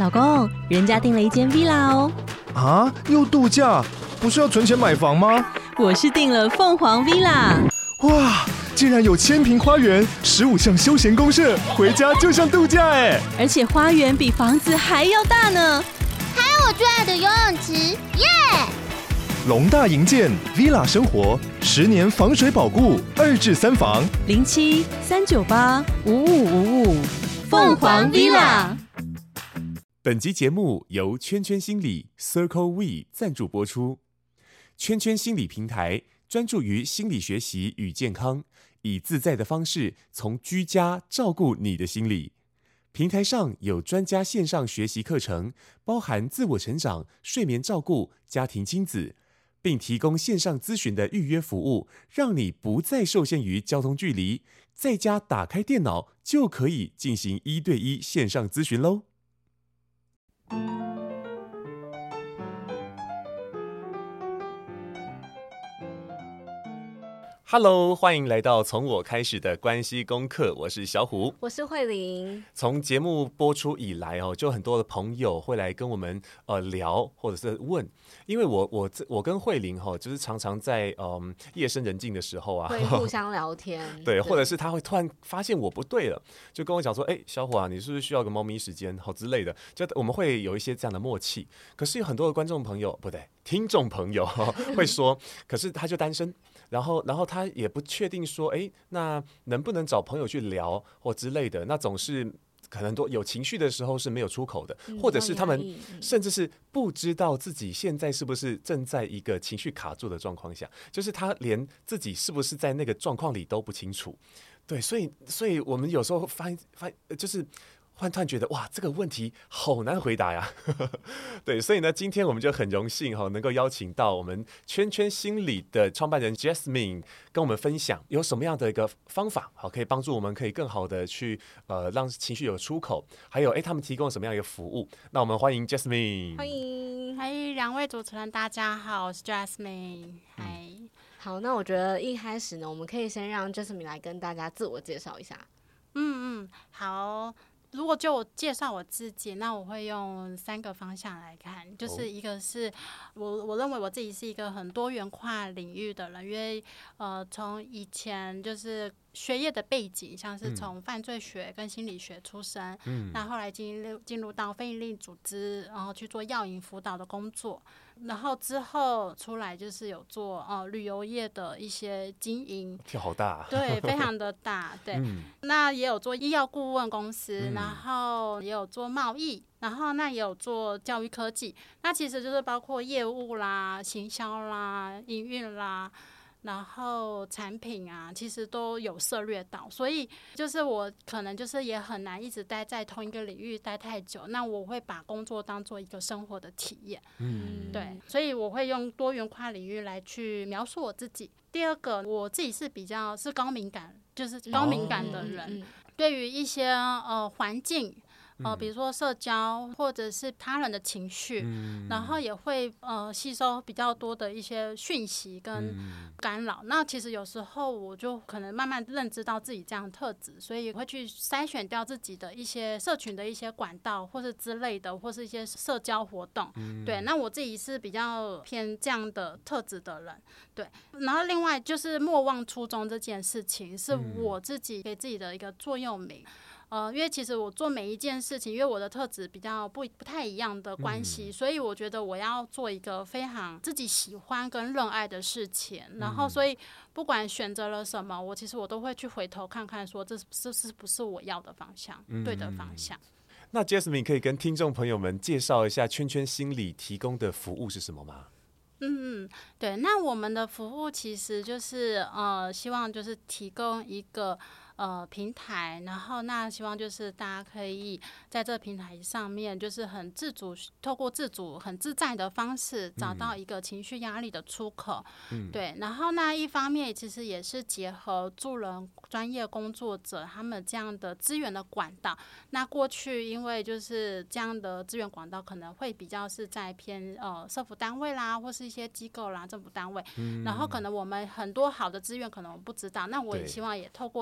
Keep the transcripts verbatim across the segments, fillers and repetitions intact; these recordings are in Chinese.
老公，人家订了一间 villa 哦。 啊，又度假？不是要存钱买房吗？ 我是订了凤凰 villa。 哇，竟然有千坪花园，十五项休闲公设，回家就像度假哎！ 而且花园比房子还要大呢。 还有我最爱的游泳池，耶！ 龙大营建 villa 生活，十年防水保固，二至三房， 零七三九八五五五五，凤凰 villa。 本集节目由圈圈心理 Circle We 赞助播出。圈圈心理平台专注于心理学习与健康，以自在的方式从居家照顾你的心理。平台上有专家线上学习课程，包含自我成长、睡眠照顾、家庭亲子，并提供线上咨询的预约服务，让你不再受限于交通距离，在家打开电脑就可以进行一对一线上咨询咯。Hello， 欢迎来到从我开始的关系功课，我是小虎， 我是慧玲。 从节目播出以来哦，就很多的朋友会来跟我们呃聊，或者是问，因为我我我跟慧玲哈、哦，就是常常在嗯夜深人静的时候啊， 会互相聊天， 对，对，或者是他会突然发现我不对了，就跟我讲说，哎，小虎啊，你是不是需要个猫咪时间，好之类的，就我们会有一些这样的默契。可是有很多的观众朋友，不对，听众朋友、哦、会说，可是他就单身。然后，然后他也不确定说，哎，那能不能找朋友去聊或之类的？那总是可能多有情绪的时候是没有出口的，嗯、或者是他们甚至是不知道自己现在是不是正在一个情绪卡住的状况下，就是他连自己是不是在那个状况里都不清楚。对，所以，所以我们有时候发发就是。突然觉得哇，这个问题好难回答呀。对，所以呢，今天我们就很荣幸哈，能够邀请到我们圈圈心理的创办人 Jasmine 跟我们分享有什么样的一个方法，好可以帮助我们可以更好的去呃让情绪有出口，还有哎他们提供什么样一个服务？那我们欢迎 Jasmine。 欢迎， 嗨，两位主持人，大家好，我是 Jasmine。嗨、嗯， 好，那我觉得一开始呢，我们可以先让 Jasmine 来跟大家自我介绍一下。 嗯嗯，好。如果就我介绍我自己，那我会用三个方向来看，就是一个是我我认为我自己是一个很多元跨领域的人，因为呃从以前就是学业的背景，像是从犯罪学跟心理学出身，嗯，那后来进入进入到非营利组织，然后去做药引辅导的工作，然后之后出来就是有做呃旅游业的一些经营， 跳好大， 对，非常的大，对，嗯、那也有做医药顾问公司，嗯、然后也有做贸易。然后那也有做教育科技，那其实就是包括业务啦、行销啦、营运啦，然后产品啊，其实都有涉猎到，所以就是我可能就是也很难一直待在同一个领域待太久，那我会把工作当做一个生活的体验，嗯，对，所以我会用多元跨领域来去描述我自己。第二个，我自己是比较是高敏感，就是高敏感的人，哦、对于一些呃环境。呃，比如说社交或者是他人的情绪，嗯、然后也会呃吸收比较多的一些讯息跟干扰。嗯、那其实有时候我就可能慢慢认知到自己这样的特质，所以会去筛选掉自己的一些社群的一些管道，或是之类的，或是一些社交活动。嗯、对，那我自己是比较偏这样的特质的人。对，然后另外就是莫忘初衷这件事情，是我自己给自己的一个座右铭。呃，因为其实我做每一件事情，因为我的特质比较不不太一样的关系，嗯、所以我觉得我要做一个非常自己喜欢跟热爱的事情。嗯、然后，所以不管选择了什么，我其实我都会去回头看看，说这这是不是我要的方向，嗯、对的方向。 那 Jasmine 可以跟听众朋友们介绍一下圈圈心理提供的服务是什么吗？ 嗯，对，那我们的服务其实就是呃，希望就是提供一个。呃，平台，然后那希望就是大家可以在这个平台上面，就是很自主，透过自主、很自在的方式，找到一个情绪压力的出口。嗯，对。然后那一方面，其实也是结合助人专业工作者他们这样的资源的管道。那过去因为就是这样的资源管道，可能会比较是在偏呃社福单位啦，或是一些机构啦、政府单位。嗯。然后可能我们很多好的资源，可能我们不知道。那我也希望也透过这样的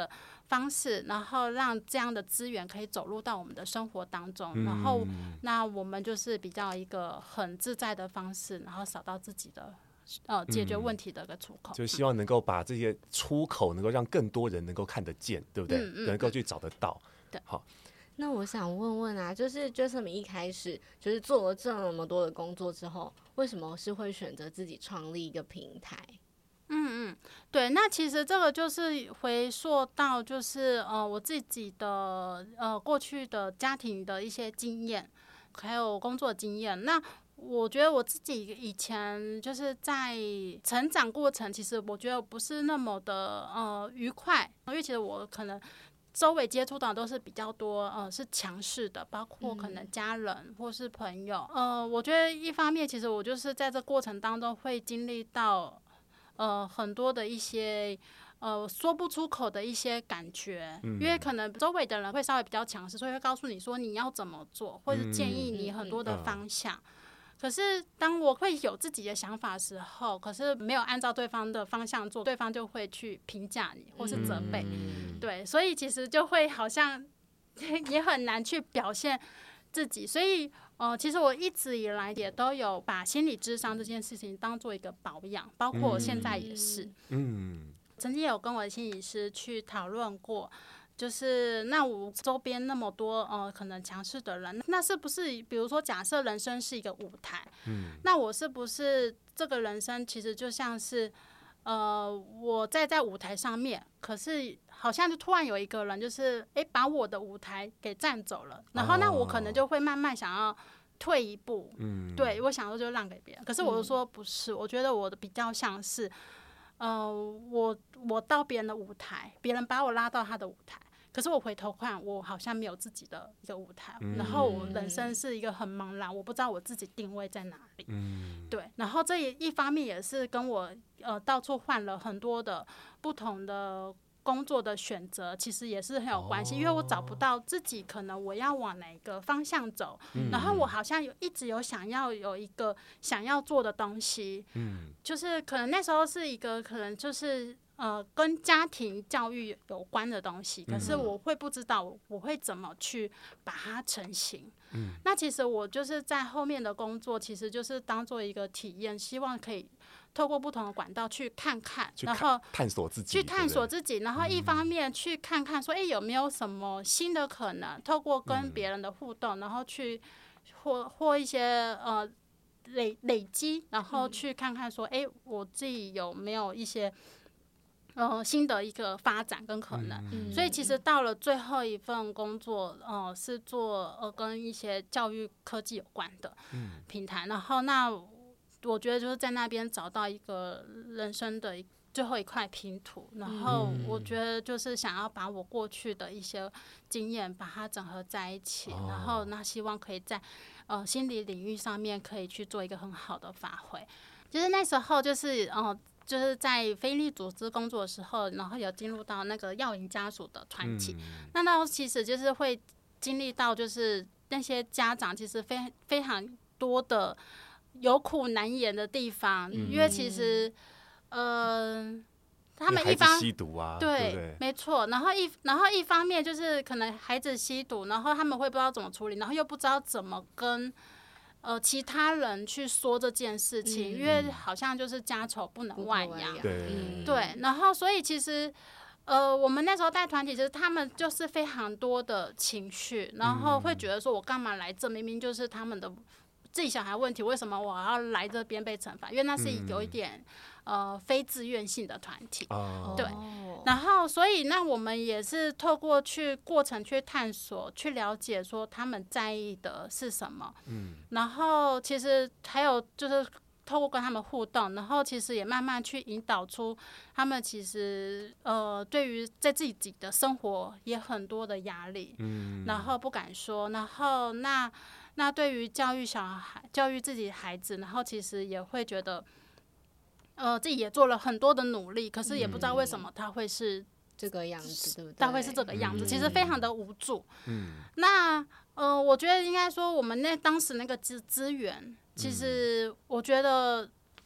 的方式，然后让这样的资源可以走入到我们的生活当中，嗯、然后那我们就是比较一个很自在的方式，然后找到自己的呃解决问题的一个出口， 嗯、就希望能够把这些出口能够让更多人能够看得见，对不对？嗯嗯、能够去找得到。 对， 好。 那我想问问啊，就是 Jessamine 一开始就是做了这么多的工作之后，为什么是会选择自己创立一个平台？ 嗯嗯，对，那其实这个就是回溯到就是呃我自己的呃过去的家庭的一些经验，还有工作经验。那我觉得我自己以前就是在成长过程，其实我觉得不是那么的呃愉快，因为其实我可能周围接触到都是比较多，呃，是强势的，包括可能家人或是朋友。呃，我觉得一方面，其实我就是在这过程当中会经历到，呃，很多的一些，呃，说不出口的一些感觉，嗯、因为可能周围的人会稍微比较强势，所以会告诉你说你要怎么做，或是建议你很多的方向。嗯嗯嗯可是当我会有自己的想法的时候，可是没有按照对方的方向做，对方就会去评价你或是责备，嗯、对，所以其实就会好像也很难去表现自己。所以呃，其实我一直以来也都有把心理諮商这件事情当做一个保养，包括我现在也是。嗯，曾经有跟我的心理师去讨论过。就是那我周边那么多呃可能强势的人，那是不是比如说假设人生是一个舞台，嗯，那我是不是这个人生其实就像是呃我在在舞台上面，可是好像就突然有一个人就是哎把我的舞台给占走了，然后那我可能就会慢慢想要退一步，嗯，对我想说就让给别人，可是我就说不是，我觉得我的比较像是呃我我到别人的舞台，别人把我拉到他的舞台。可是我回头看，我好像没有自己的一个舞台，嗯、然后我人生是一个很茫然，我不知道我自己定位在哪里。嗯、对，然后这也一方面也是跟我呃到处换了很多的不同的工作的选择，其实也是很有关系，哦、因为我找不到自己可能我要往哪个方向走，嗯、然后我好像有一直有想要有一个想要做的东西，嗯、就是可能那时候是一个可能就是。呃，跟家庭教育有关的东西，可是我会不知道我会怎么去把它成型。嗯，那其实我就是在后面的工作，其实就是当做一个体验，希望可以透过不同的管道去看看，然后探索自己， 去探索自己，然后一方面去看看说，哎、欸，有没有什么新的可能，透过跟别人的互动，然后去或或一些呃累累积，然后去看看说，哎、欸，我自己有没有一些。呃，新的一个发展跟可能，嗯、所以其实到了最后一份工作，呃，是做呃跟一些教育科技有关的平台，嗯、然后那我觉得就是在那边找到一个人生的最后一块拼图，然后我觉得就是想要把我过去的一些经验把它整合在一起，哦、然后那希望可以在呃心理领域上面可以去做一个很好的发挥，就是那时候就是呃。就是在非利组织工作的时候，然后有进入到那个药营家属的团体，嗯、那那时候其实就是会经历到，就是那些家长其实非非常多的有苦难言的地方，嗯、因为其实呃，他们一方吸毒啊， 对， 对对没错，然后一然后一方面就是可能孩子吸毒，然后他们会不知道怎么处理，然后又不知道怎么跟。呃，其他人去说这件事情，嗯、因为好像就是家丑不能外扬， 对、 嗯、对，然后所以其实，呃，我们那时候带团体，其实他们就是非常多的情绪，然后会觉得说，我干嘛来这？明明就是他们的自己小孩问题，为什么我要来这边被惩罚？因为那是有一点、嗯、呃非自愿性的团体，哦、对。然后，所以那我们也是透过去过程去探索、去了解，说他们在意的是什么。嗯。然后，其实还有就是透过跟他们互动，然后其实也慢慢去引导出他们其实呃对于在自己的生活也很多的压力。嗯。然后不敢说，然后那那对于教育小孩、教育自己孩子，然后其实也会觉得。呃，自己也做了很多的努力，可是也不知道为什么他会是、 嗯、这个样子，对不对？ 他会是这个样子，嗯、其实非常的无助。 嗯， 那呃，我觉得应该说，我们那当时那个资资源，其实我觉得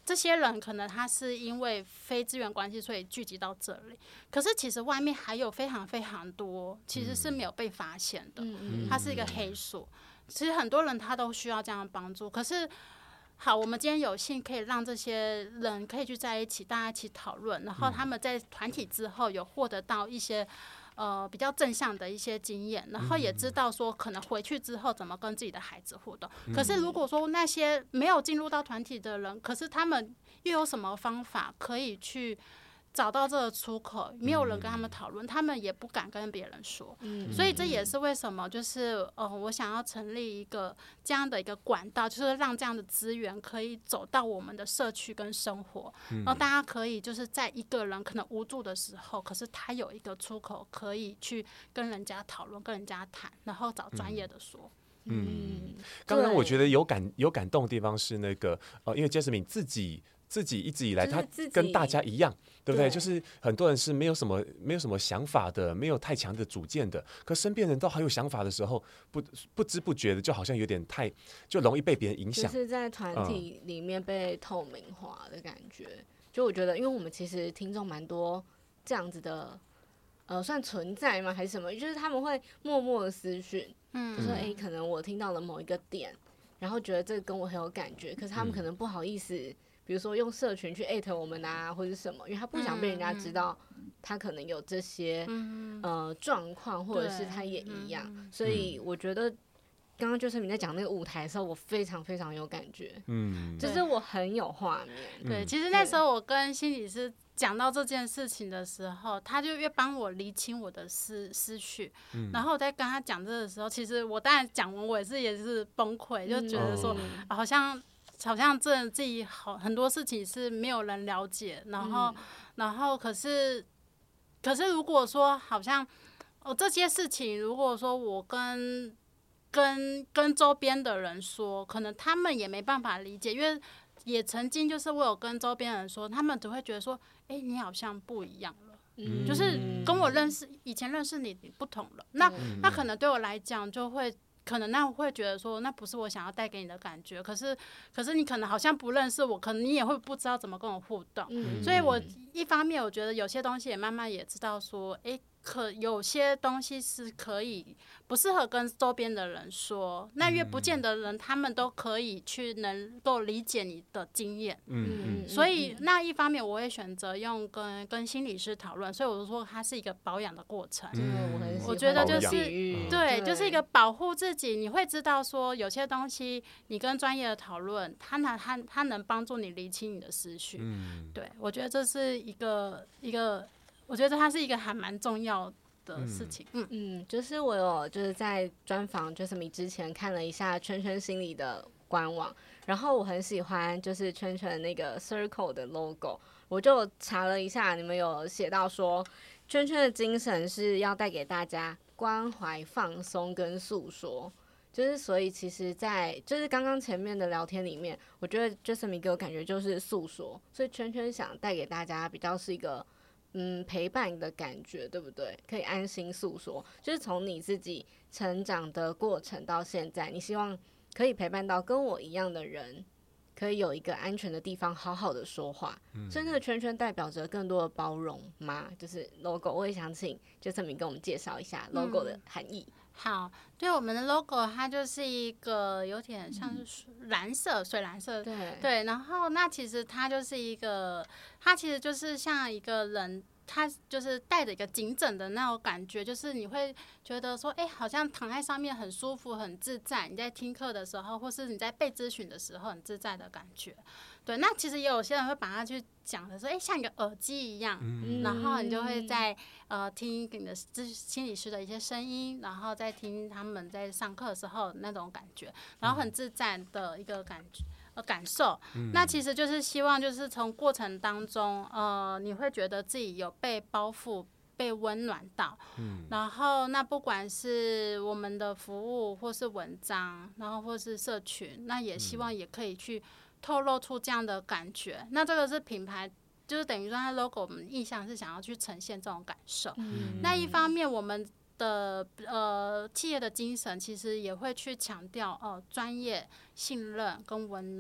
这些人可能他是因为非资源关系，所以聚集到这里。可是其实外面还有非常非常多，其实是没有被发现的。 嗯它是一个黑数。其实很多人他都需要这样的帮助。可是，好，我们今天有幸可以让这些人可以聚在一起，大家一起讨论，然后他们在团体之后有获得到一些。呃，比较正向的一些经验，然后也知道说可能回去之后怎么跟自己的孩子互动。嗯、可是如果说那些没有进入到团体的人，可是他们又有什么方法可以去找到这个出口？没有人跟他们讨论，他们也不敢跟别人说。嗯、所以这也是为什么，就是呃，我想要成立一个这样的一个管道，就是让这样的资源可以走到我们的社区跟生活，嗯、然后大家可以就是在一个人可能无助的时候，可是他有一个出口可以去跟人家讨论、跟人家谈，然后找专业的说。 嗯，刚刚我觉得有感有感动的地方是那个呃，因为 Jasmine 自己。自己一直以来，他跟大家一样，对不对？就是很多人是没有什么、没有什么想法的，没有太强的主见的。可身边人都很有想法的时候，不不知不觉的，就好像有点太，就容易被别人影响。 就是在团体里面被透明化的感觉。嗯、就我觉得，因为我们其实听众蛮多这样子的，呃，算存在吗？还是什么？就是他们会默默的私讯，嗯，就说哎、欸，可能我听到了某一个点，然后觉得这个跟我很有感觉，可是他们可能不好意思。嗯比如说用社群去艾特我们啊，或者什么，因为他不想被人家知道他可能有这些、嗯、呃状况，或者是他也一样，嗯、所以我觉得刚刚就是你在讲那个舞台的时候，我非常非常有感觉，嗯，就是我很有画面。 对，其实那时候我跟心理师讲到这件事情的时候，他就越帮我厘清我的思思绪，嗯、然后我在跟他讲这个的时候，其实我当然讲完我也是也是崩溃，就觉得说、嗯啊、好像。好像真的自己好很多事情是没有人了解，然后，嗯、然后可是，可是如果说好像哦这些事情，如果说我跟跟跟周边的人说，可能他们也没办法理解，因为也曾经就是我有跟周边人说，他们只会觉得说，哎、欸，你好像不一样了，嗯、就是跟我认识以前认识你你不同了，那、嗯、那可能对我来讲就会。可能那我会觉得说，那不是我想要带给你的感觉。可是，可是你可能好像不认识我，可能你也会不知道怎么跟我互动。嗯、所以我一方面我觉得有些东西也慢慢也知道说，哎、欸，可有些东西是可以不适合跟周边的人说。那越不见得人，他们都可以去能够理解你的经验。嗯，所以那一方面我会选择用跟跟心理师讨论。所以我就说它是一个保养的过程。 嗯， 我觉得就是嗯、 对，就是一个保护自己。你会知道说有些东西你跟专业的讨论，它能它它能帮助你理清你的思绪。嗯，对，我觉得这是一个一个。我觉得它是一个还蛮重要的事情。嗯嗯，就是我有就是在专访 Jasmine 之前看了一下圈圈心理的官网，然后我很喜欢就是圈圈那个 circle 的 logo， 我就查了一下，你们有写到说圈圈的精神是要带给大家关怀、放松跟诉说。就是所以其实在就是刚刚前面的聊天里面，我觉得 Jasmine 给我感觉就是诉说，所以圈圈想带给大家比较是一个嗯陪伴的感觉，对不对？可以安心诉说，就是从你自己成长的过程到现在，你希望可以陪伴到跟我一样的人，可以有一个安全的地方好好的说话。嗯、所以那个圈圈代表着更多的包容吗？就是 logo， 我也想请 Jasmine 跟我们介绍一下 logo 的含义。嗯好，对我们的 logo， 它就是一个有点像是蓝色、嗯、水蓝色， 对对。然后那其实它就是一个，它其实就是像一个人，他就是带着一个颈枕的那种感觉，就是你会觉得说，哎、欸，好像躺在上面很舒服、很自在。你在听课的时候，或是你在被咨询的时候，很自在的感觉。对，那其实也有些人会把它去讲的说，哎、欸，像一个耳机一样，嗯、然后你就会在呃听你的心理师的一些声音，然后再听他们在上课的时候那种感觉，然后很自在的一个感觉。呃，感受，嗯、那其实就是希望，就是从过程当中，呃，你会觉得自己有被包覆、被温暖到，嗯，然后那不管是我们的服务，或是文章，然后或是社群，那也希望也可以去透露出这样的感觉。嗯、那这个是品牌，就是等于说它 logo 我们意向是想要去呈现这种感受。嗯、那一方面我们的呃企业的精神其实也会去强调哦专业、信任跟温暖。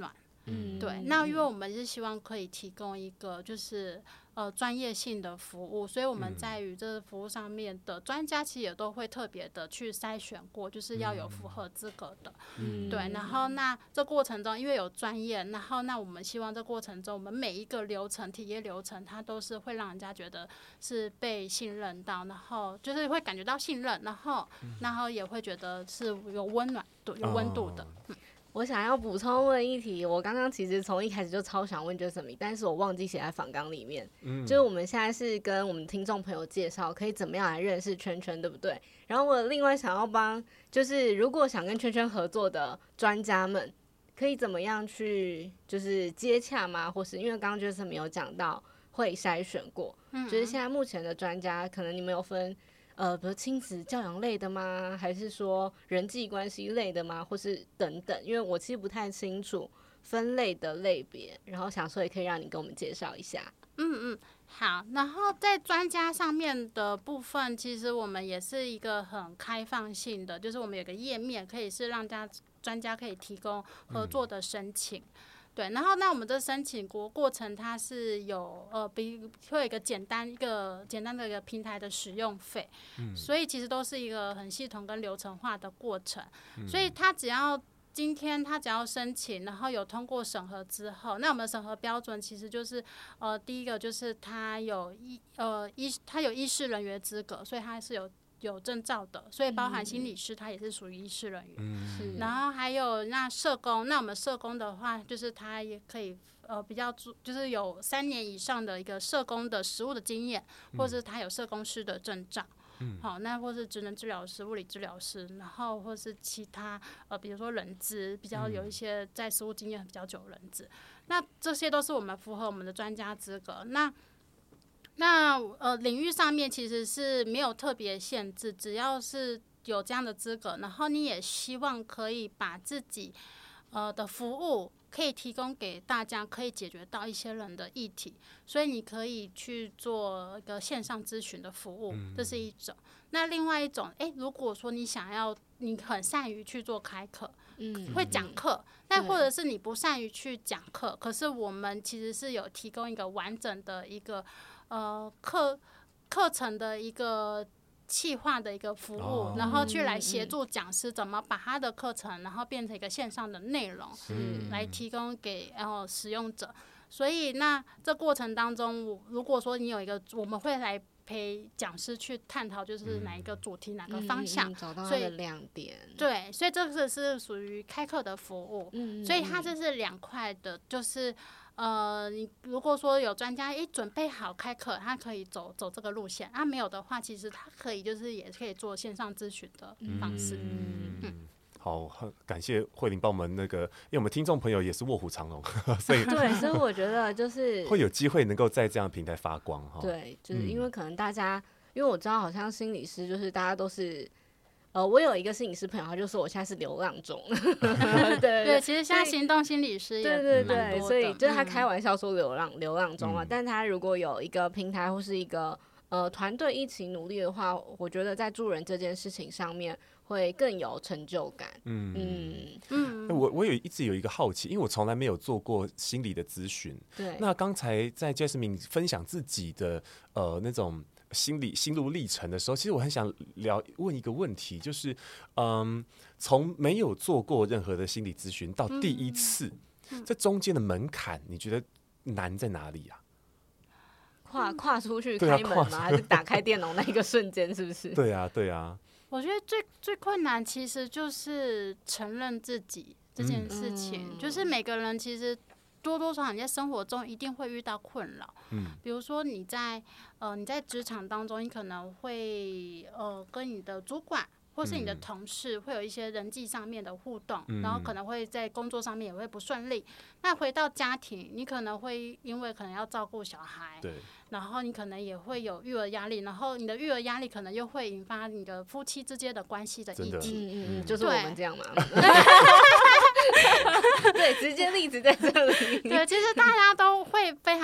嗯，对。那因为我们是希望可以提供一个就是呃专业性的服务，所以我们在于这个服务上面的专家其实也都会特别的去筛选过，就是要有符合资格的。嗯，对。然后那这过程中因为有专业，然后那我们希望这过程中我们每一个流程体验流程，它都是会让人家觉得是被信任到，然后就是会感觉到信任，然后、嗯、然后也会觉得是有温暖度、有温度的。嗯， 我想要补充问一题，我刚刚其实从一开始就超想问 Jessamine， 但是我忘记写在访纲里面。嗯，就是我们现在是跟我们听众朋友介绍可以怎么样来认识圈圈，对不对？然后我另外想要帮，就是如果想跟圈圈合作的专家们，可以怎么样去就是接洽吗？或是因为刚刚 Jessamine 有讲到会筛选过，嗯，就是现在目前的专家，可能你们有分。呃，比如亲子教养类的吗？还是说人际关系类的吗？或是等等？因为我其实不太清楚分类的类别，然后想说也可以让你跟我们介绍一下。 嗯嗯，好。然后在专家上面的部分，其实我们也是一个很开放性的，就是我们有个页面可以是让家专家可以提供合作的申请。嗯，对，然后那我们这申请过过程，它是有呃，比会有一个简单一个简单的一个平台的使用费，嗯，所以其实都是一个很系统跟流程化的过程，嗯，所以他只要今天他只要申请，然后有通过审核之后，那我们的审核标准其实就是呃，第一个就是他有医呃医他有医事人员资格，所以他是有。有证照的，所以包含心理师，他也是属于医事人员。嗯，然后还有那社工，那我们社工的话，就是他也可以呃比较就是有三年以上的一个社工的实务的经验，或者是他有社工师的证照。嗯，好，那或是职能治疗师、物理治疗师，然后或是其他呃，比如说人资，比较有一些在实务经验比较久的人资，那这些都是我们符合我们的专家资格。那那呃，领域上面其实是没有特别限制，只要是有这样的资格，然后你也希望可以把自己呃的服务可以提供给大家，可以解决到一些人的议题，所以你可以去做一个线上咨询的服务，这是一种。那另外一种，哎，如果说你想要，你很善于去做开课，嗯，会讲课，那或者是你不善于去讲课，可是我们其实是有提供一个完整的一个。呃，课课程的一个企划的一个服务，哦，然后去来协助讲师怎么把他的课程，然后变成一个线上的内容，来提供给然后使用者。所以那这过程当中，如果说你有一个，我们会来陪讲师去探讨，就是哪一个主题、嗯、哪个方向， 嗯嗯、找到它的亮点。 对，所以这个是属于开课的服务，嗯、所以它这是两块的，就是呃，你如果说有专家一准备好开课，他可以走走这个路线；啊，没有的话，其实他可以就是也可以做线上咨询的方式。嗯。嗯好，感谢慧玲帮我们那个，因为我们听众朋友也是卧虎藏龙，所以对，所以我觉得就是会有机会能够在这样的平台发光哈。 对，就是因为可能大家，嗯、因为我知道好像心理师就是大家都是，呃，我有一个心理师朋友，他就说我现在是流浪中，对 对, 对，其实现在行动心理师也对对对，所以就是他开玩笑说流浪、嗯、流浪中啊，但他如果有一个平台或是一个呃团队一起努力的话，我觉得在助人这件事情上面。会更有成就感。嗯嗯嗯，我我有一直有一个好奇，因为我从来没有做过心理的咨询。 对。 那刚才在 Jessamine 分享自己的呃那种心理心路历程的时候，其实我很想聊问一个问题，就是嗯，从没有做过任何的心理咨询到第一次，嗯、这中间的门槛，你觉得难在哪里啊？ 跨跨出去开门吗？啊、还是打开电脑那一个瞬间？是不是？ 对啊，对啊。 我觉得最最困难其实就是承认自己这件事情，嗯、就是每个人其实多多少少你在生活中一定会遇到困扰，嗯，比如说你在呃你在职场当中，你可能会呃跟你的主管或是你的同事会有一些人际上面的互动，嗯、然后可能会在工作上面也会不顺利。那回到家庭，你可能会因为可能要照顾小孩， 对。 然后你可能也会有育儿压力，然后你的育儿压力可能又会引发你的夫妻之间的关系的议题。 嗯嗯嗯，就是我们这样嘛。对，直接例子在这里。 对，其实大家都会非常多，就是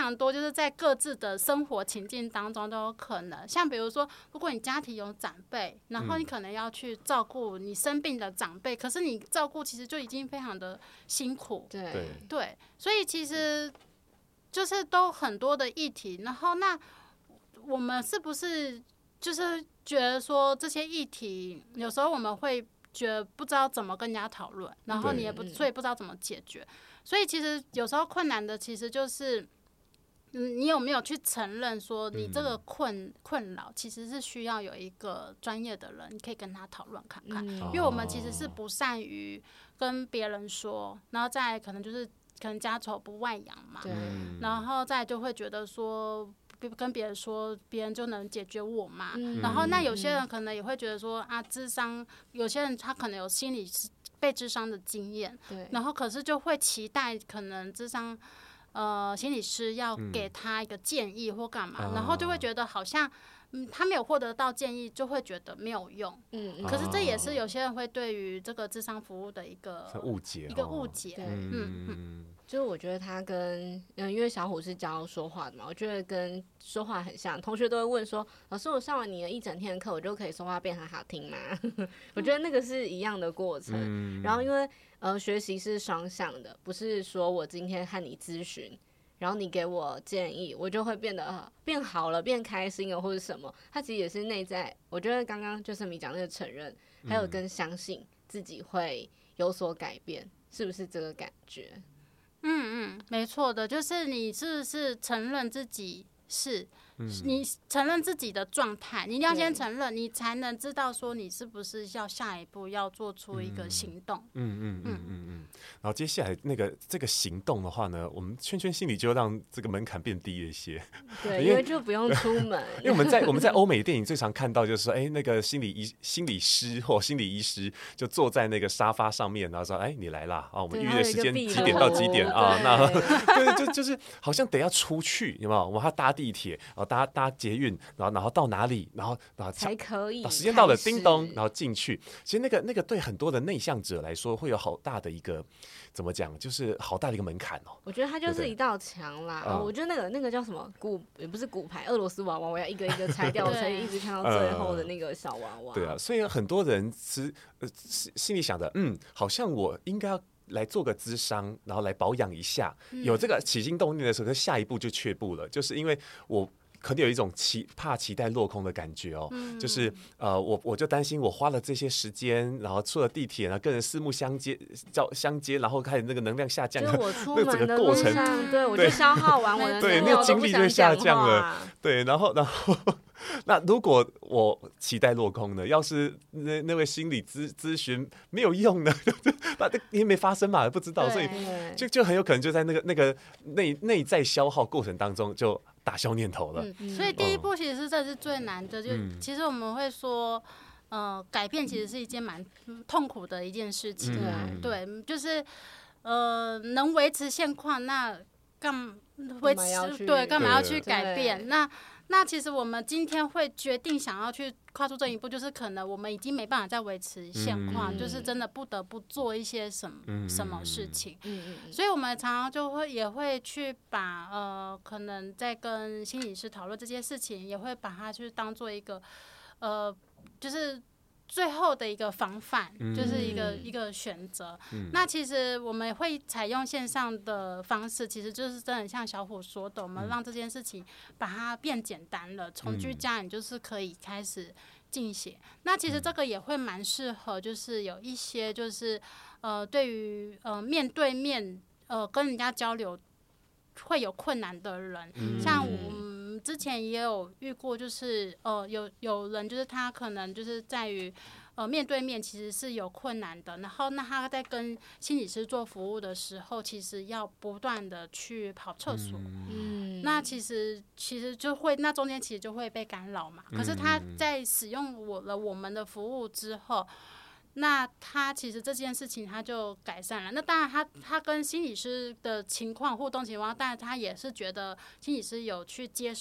就是在各自的生活情境当中都有可能。像比如说，如果你家庭有长辈，然后你可能要去照顾你生病的长辈，嗯、可是你照顾其实就已经非常的辛苦。 对对，所以其实就是都很多的议题。然后那我们是不是就是觉得说这些议题，有时候我们会觉得不知道怎么跟人家讨论，然后你也不，所以不知道怎么解决。所以其实有时候困难的其实就是，嗯，你有没有去承认说你这个困困扰其实是需要有一个专业的人，你可以跟他讨论看看。嗯、因为我们其实是不善于跟别人说，然后再可能就是可能家丑不外扬嘛，然后再就会觉得说。跟别人说，别人就能解决我嘛？嗯、然后那有些人可能也会觉得说啊，諮商，有些人他可能有心理被諮商的经验，然后可是就会期待可能諮商呃心理師要给他一个建議或幹嘛，嗯、然後就會覺得好像嗯他沒有獲得到建議，就會覺得沒有用。嗯，可是這也是有些人會對於這個諮商服務的一個誤解， 一個誤解。嗯嗯嗯。就是我覺得他跟嗯，因為小虎是教說話的嘛，我覺得跟說話很像。同學都會問說：“老師，我上完你的一整天的課，我就可以說話變很好聽嗎？”我覺得那個是一樣的過程。嗯、然後因為呃學習是雙向的，不是說我今天和你諮詢，然後你給我建議，我就會變得、呃、變好了，變開心了或者什麼。它其實也是內在。我覺得剛剛就是你講那個承認，還有跟相信自己會有所改變，是不是這個感覺？ 嗯嗯，沒錯的，就是你是不是承認自己是，嗯、你承認自己的狀態，你一定要先承認，你才能知道說你是不是要下一步要做出一個行動。 嗯嗯嗯嗯嗯。然後接下來那個這個行動的話呢，我們圈圈心理就讓這個門檻變低了一些。 對，因為就不用出門。 因為我們在我們在歐美電影最常看到就是說，哎，那個心理醫心理師或心理醫師就坐在那個沙發上面，然後說，哎，你來啦，啊，我們預約時間幾點到幾點啊？那對，就就是好像得要出去，有沒有？我們要搭地鐵，然後搭搭捷運，然後然後到哪裡，然後然後才可以。 時間到了，叮咚，然後進去。其實那個那個對很多的內向者來說，會有好大的一個。怎麼講，就是好大的一個門檻哦。 我覺得它就是一道牆啦。對對哦、我覺得那個那個叫什麼骨，也不是骨牌，俄羅斯娃娃，我要一個一個拆掉，我才一直看到最後的那個小娃娃。呃、對啊，所以很多人是呃心裡想的，嗯，好像我應該要來做個諮商，然後來保養一下，嗯、有這個起心動念的時候，可是下一步就卻步了，就是因為我。可能有一種期怕期待落空的感覺哦，嗯、就是呃，我我就擔心我花了這些時間，然後出了地鐵，然後跟人四目相接，交相接，然後開始那個能量下降， 就我出門的路上，對，我就消耗完我的對，那個精力就下降了，對，然後然後那如果我期待落空呢？要是那那位心理諮諮詢沒有用呢？那因為沒發生嘛，不知道，所以就就很有可能就在那個那個內內在消耗過程當中就。打消念頭了、 嗯，所以第一步其實這是最難的。嗯、就其實我們會說，呃，改變其實是一件蠻痛苦的一件事情。嗯、對，就是呃，能維持現況，那幹維持對，幹嘛要去改變？那那其實我們今天會決定想要去跨出這一步，就是可能我們已經沒辦法再維持現況，嗯、就是真的不得不做一些什麼、嗯、什麼事情。嗯、所以我們常常就會也會去把呃，可能在跟心理師討論這些事情，也會把它去當做一個呃，就是。最後的一個防範，就是一個、嗯、一個選擇。嗯、那其實我們會採用線上的方式，其實就是真的像小虎說的，我們讓這件事情把它變簡單了，從居家你就是可以開始進行。嗯、那其實這個也會蠻適合，就是有一些就是呃，對於呃面對面呃跟人家交流會有困難的人，嗯、像我們。之前也有遇過，就是呃有有人就是他可能就是在於呃面對面其實是有困難的，然後那他在跟心理師做服務的時候，其實要不斷的去跑廁所，嗯，那其實其實就會那中間其實就會被干擾嘛。可是他在使用我了我們的服務之後，那他其實這件事情他就改善了。那當然他他跟心理師的情況互動情況，當然他也是覺得心理師有去接受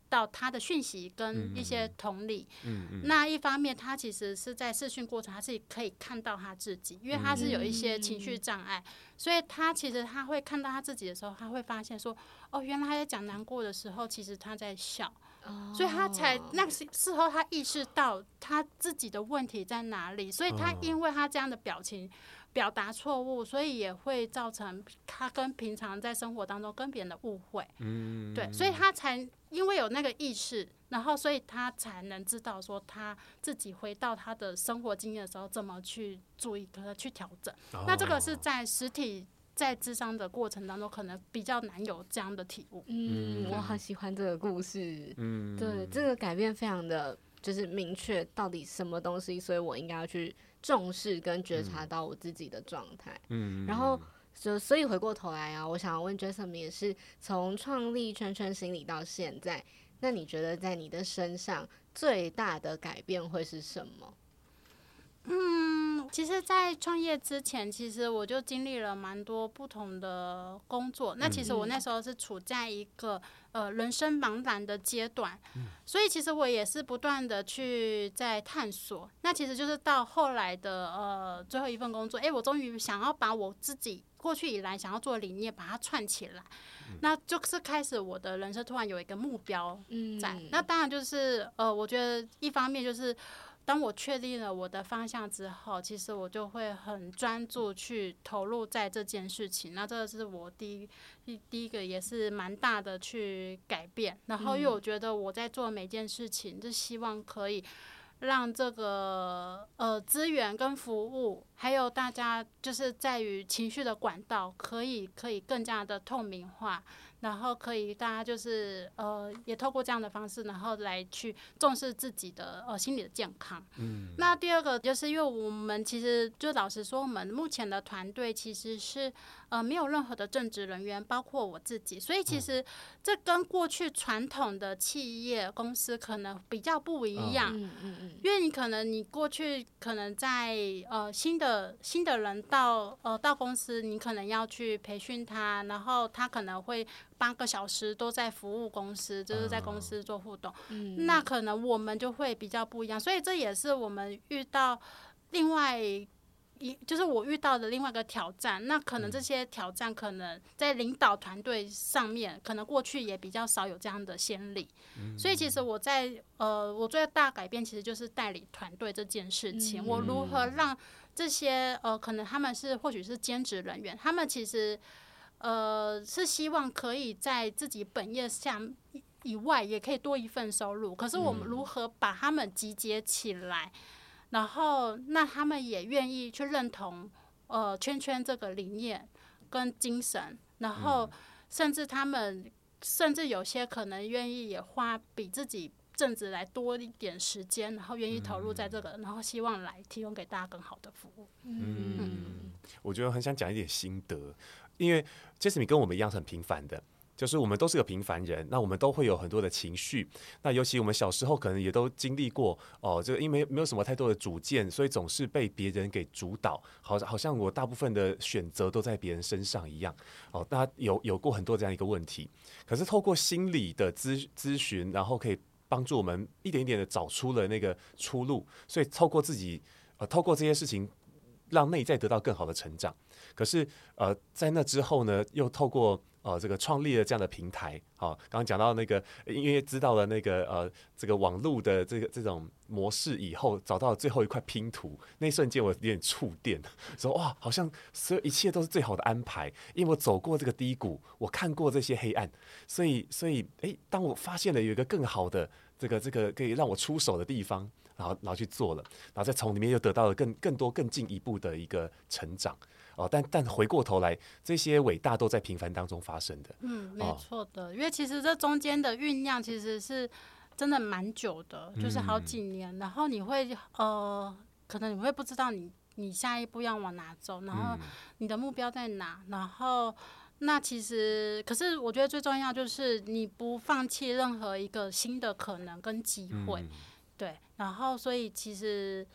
到他的讯息跟一些同理。 嗯嗯， 那一方面，他其实是在视讯过程，他自己可以看到他自己，因为他是有一些情绪障碍，嗯、所以他其实他会看到他自己的时候，他会发现说，哦，原来他在讲难过的时候，其实他在笑。所以他才那事后他意识到他自己的问题在哪里，所以他因为他这样的表情表达错误，所以也会造成他跟平常在生活当中跟别人的误会。嗯，对，所以他才因为有那个意识，然后所以他才能知道说他自己回到他的生活经验的时候怎么去注意，可能去调整。哦、那这个是在实体。在諮商的过程当中，可能比较难有这样的体悟。 嗯，我好喜欢这个故事。嗯，对，这个改变非常的就是明确，到底什么东西，所以我应该要去重视跟觉察到我自己的状态。嗯，然后所所以回过头来啊，我想要问 Jessamine 也是从创立圈圈心理到现在，那你觉得在你的身上最大的改变会是什么？ 嗯，其实，在创业之前，其实我就经历了蛮多不同的工作。那其实我那时候是处在一个呃人生茫然的阶段，所以其实我也是不断的去在探索。那其实就是到后来的呃最后一份工作，哎，我终于想要把我自己过去以来想要做的理念把它串起来，那就是开始我的人生突然有一个目标在。那当然就是呃，我觉得一方面就是。当我确定了我的方向之后，其实我就会很专注去投入在这件事情。那这个是我第一第一个也是蛮大的去改变。然后因为我觉得我在做每件事情，就希望可以让这个呃资源跟服务，还有大家就是在于情绪的管道，可以可以更加的透明化。然后可以大家就是呃，也透过这样的方式，然后来去重视自己的呃心理的健康。嗯。那第二个就是因为我们其实就老实说，我们目前的团队其实是呃没有任何的正职人员，包括我自己，所以其实这跟过去传统的企业公司可能比较不一样。嗯嗯嗯。因为你可能你过去可能在呃新的新的人到呃到公司，你可能要去培训他，然后他可能会。八个小时都在服务公司，就是在公司做互动，嗯、那可能我们就会比较不一样，所以这也是我们遇到另外一，就是我遇到的另外一个挑战。那可能这些挑战可能在领导团队上面，可能过去也比较少有这样的先例，嗯、所以其实我在呃，我最大改变其实就是带领团队这件事情，嗯、我如何让这些呃，可能他们是或许是兼职人员，他们其实。呃，是希望可以在自己本业下以外，也可以多一份收入。可是我们如何把他们集结起来，嗯、然后那他们也愿意去认同呃圈圈这个理念跟精神，然后甚至他们甚至有些可能愿意也花比自己正职来多一点时间，然后愿意投入在这个，嗯、然后希望来提供给大家更好的服务。 嗯，嗯我觉得很想讲一点心得。因为 Jessamine 跟我们一样是很平凡的，就是我们都是个平凡人，那我们都会有很多的情绪。那尤其我们小时候可能也都经历过哦，这个因为没有什么太多的主见，所以总是被别人给主导，好好像我大部分的选择都在别人身上一样。哦，那有有过很多这样一个问题。可是透过心理的咨咨询，然后可以帮助我们一点一点的找出了那个出路。所以透过自己，呃，透过这些事情。让内在得到更好的成长，可是呃，在那之后呢，又透过呃这个创立了这样的平台，好、哦，刚刚讲到那个，因为知道了那个呃这个网络的这个这种模式以后，找到了最后一块拼图，那一瞬间我有点触电，说哇，好像所有一切都是最好的安排，因为我走过这个低谷，我看过这些黑暗，所以所以哎，当我发现了有一个更好的这个这个可以让我出手的地方。然后，然后去做了，然后再从里面又得到了更更多、更进一步的一个成长哦。但但回过头来，这些伟大都在平凡当中发生的。 嗯，没错的，哦、因为其实这中间的酝酿其实是真的蛮久的，就是好几年。嗯、然后你会呃，可能你会不知道你你下一步要往哪走，然后你的目标在哪，然后。那其实，可是我觉得最重要就是你不放弃任何一个新的可能跟机会。嗯对，然后所以其实，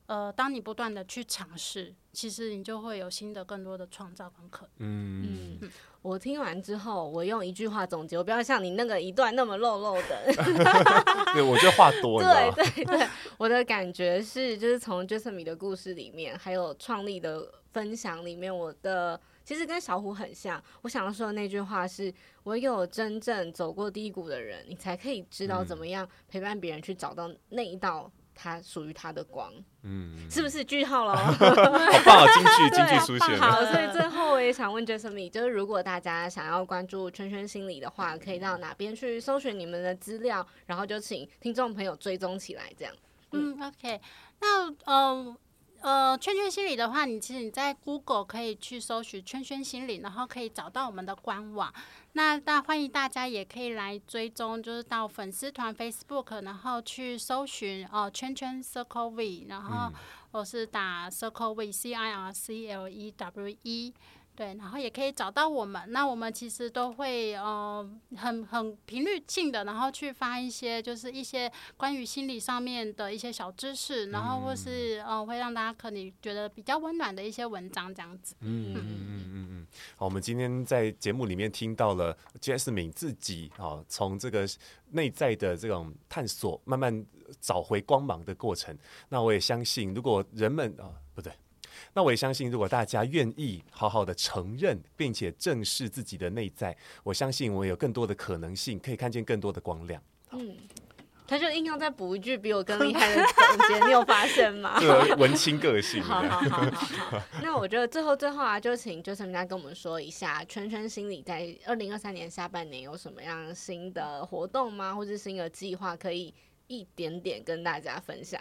呃，当你不断的去尝试，其实你就会有新的更多的创造跟可能。 嗯嗯，我听完之后，我用一句话总结，我不要像你那个一段那么漏漏的。 对，我觉得话多了。 对对对，我的感觉是，就是从 Jessamine 的故事里面，还有创立的分享里面，我的其实跟小虎很像。我想要说的那句话是：唯有真正走过低谷的人，你才可以知道怎么样陪伴别人去找到那一道他属于他的光。嗯，是不是句号了？好棒啊！京剧京剧出现了。 好，所以最后我也想问 Jessamine， 就是如果大家想要关注圈圈心理的话，可以到哪边去搜寻你们的资料，然后就请听众朋友追踪起来，这样。 嗯, 嗯 ，OK， 那呃。呃，圈圈心理的话，你其实你在 Google 可以去搜寻圈圈心理，然后可以找到我们的官网。那大欢迎大家也可以来追踪，就是到粉丝团 Facebook， 然后去搜寻哦、呃、圈圈 Circle V， 然后我是打 Circle V C I R C L E W E。对，然后也可以找到我们。那我们其实都会呃很很频率性的，然后去发一些就是一些关于心理上面的一些小知识，然后或是呃会让大家可能觉得比较温暖的一些文章这样子。 嗯嗯嗯嗯嗯。好，我们今天在节目里面听到了 Jessamine 自己啊，从这个内在的这种探索，慢慢找回光芒的过程。那我也相信，如果人们啊不对。那我也相信，如果大家愿意好好的承认并且正视自己的内在，我相信我有更多的可能性，可以看见更多的光亮。 嗯，他就硬要再补一句比我更厉害的总结，你有发现吗？ 对，文青个性。 好好好好好。那我觉得最后最后啊，就请 Jessamine 跟我们说一下，圈圈心理在二零二三年下半年有什么样新的活动吗？或是新的计划可以一点点跟大家分享。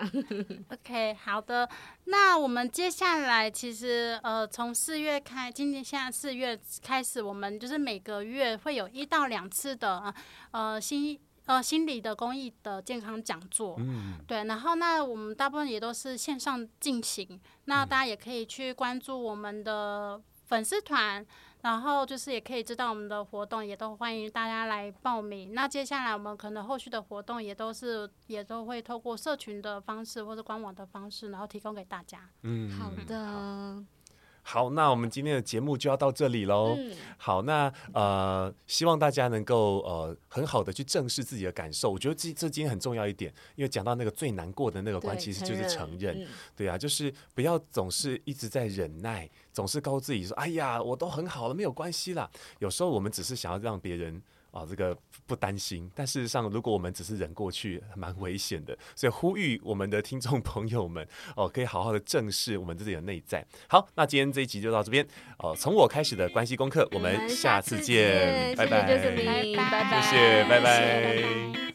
OK， 好的。那我们接下来其实呃，从四月开，今年现在四月开始，我们就是每个月会有一到两次的呃心呃心理的公益的健康讲座。嗯，对。然后那我们大部分也都是线上进行，那大家也可以去关注我们的粉丝团。然后就是也可以知道我们的活动，也都欢迎大家来报名。那接下来我们可能后续的活动也都是也都会透过社群的方式或者官网的方式，然后提供给大家。 嗯，好的。 好，那我们今天的节目就要到这里喽。嗯、好，那呃，希望大家能够呃很好的去正视自己的感受。我觉得这这今天很重要一点，因为讲到那个最难过的那个关，其实就是承认。嗯、对啊，就是不要总是一直在忍耐，总是告诉自己说：“哎呀，我都很好了，没有关系啦。”有时候我们只是想要让别人。啊，这个不担心，但事实上，如果我们只是忍过去，蛮危险的。所以呼吁我们的听众朋友们，哦，可以好好的正视我们自己的内在。好，那今天这一集就到这边。哦，从我开始的关系功课，我们下次见，拜拜， 拜拜， 谢谢，拜拜。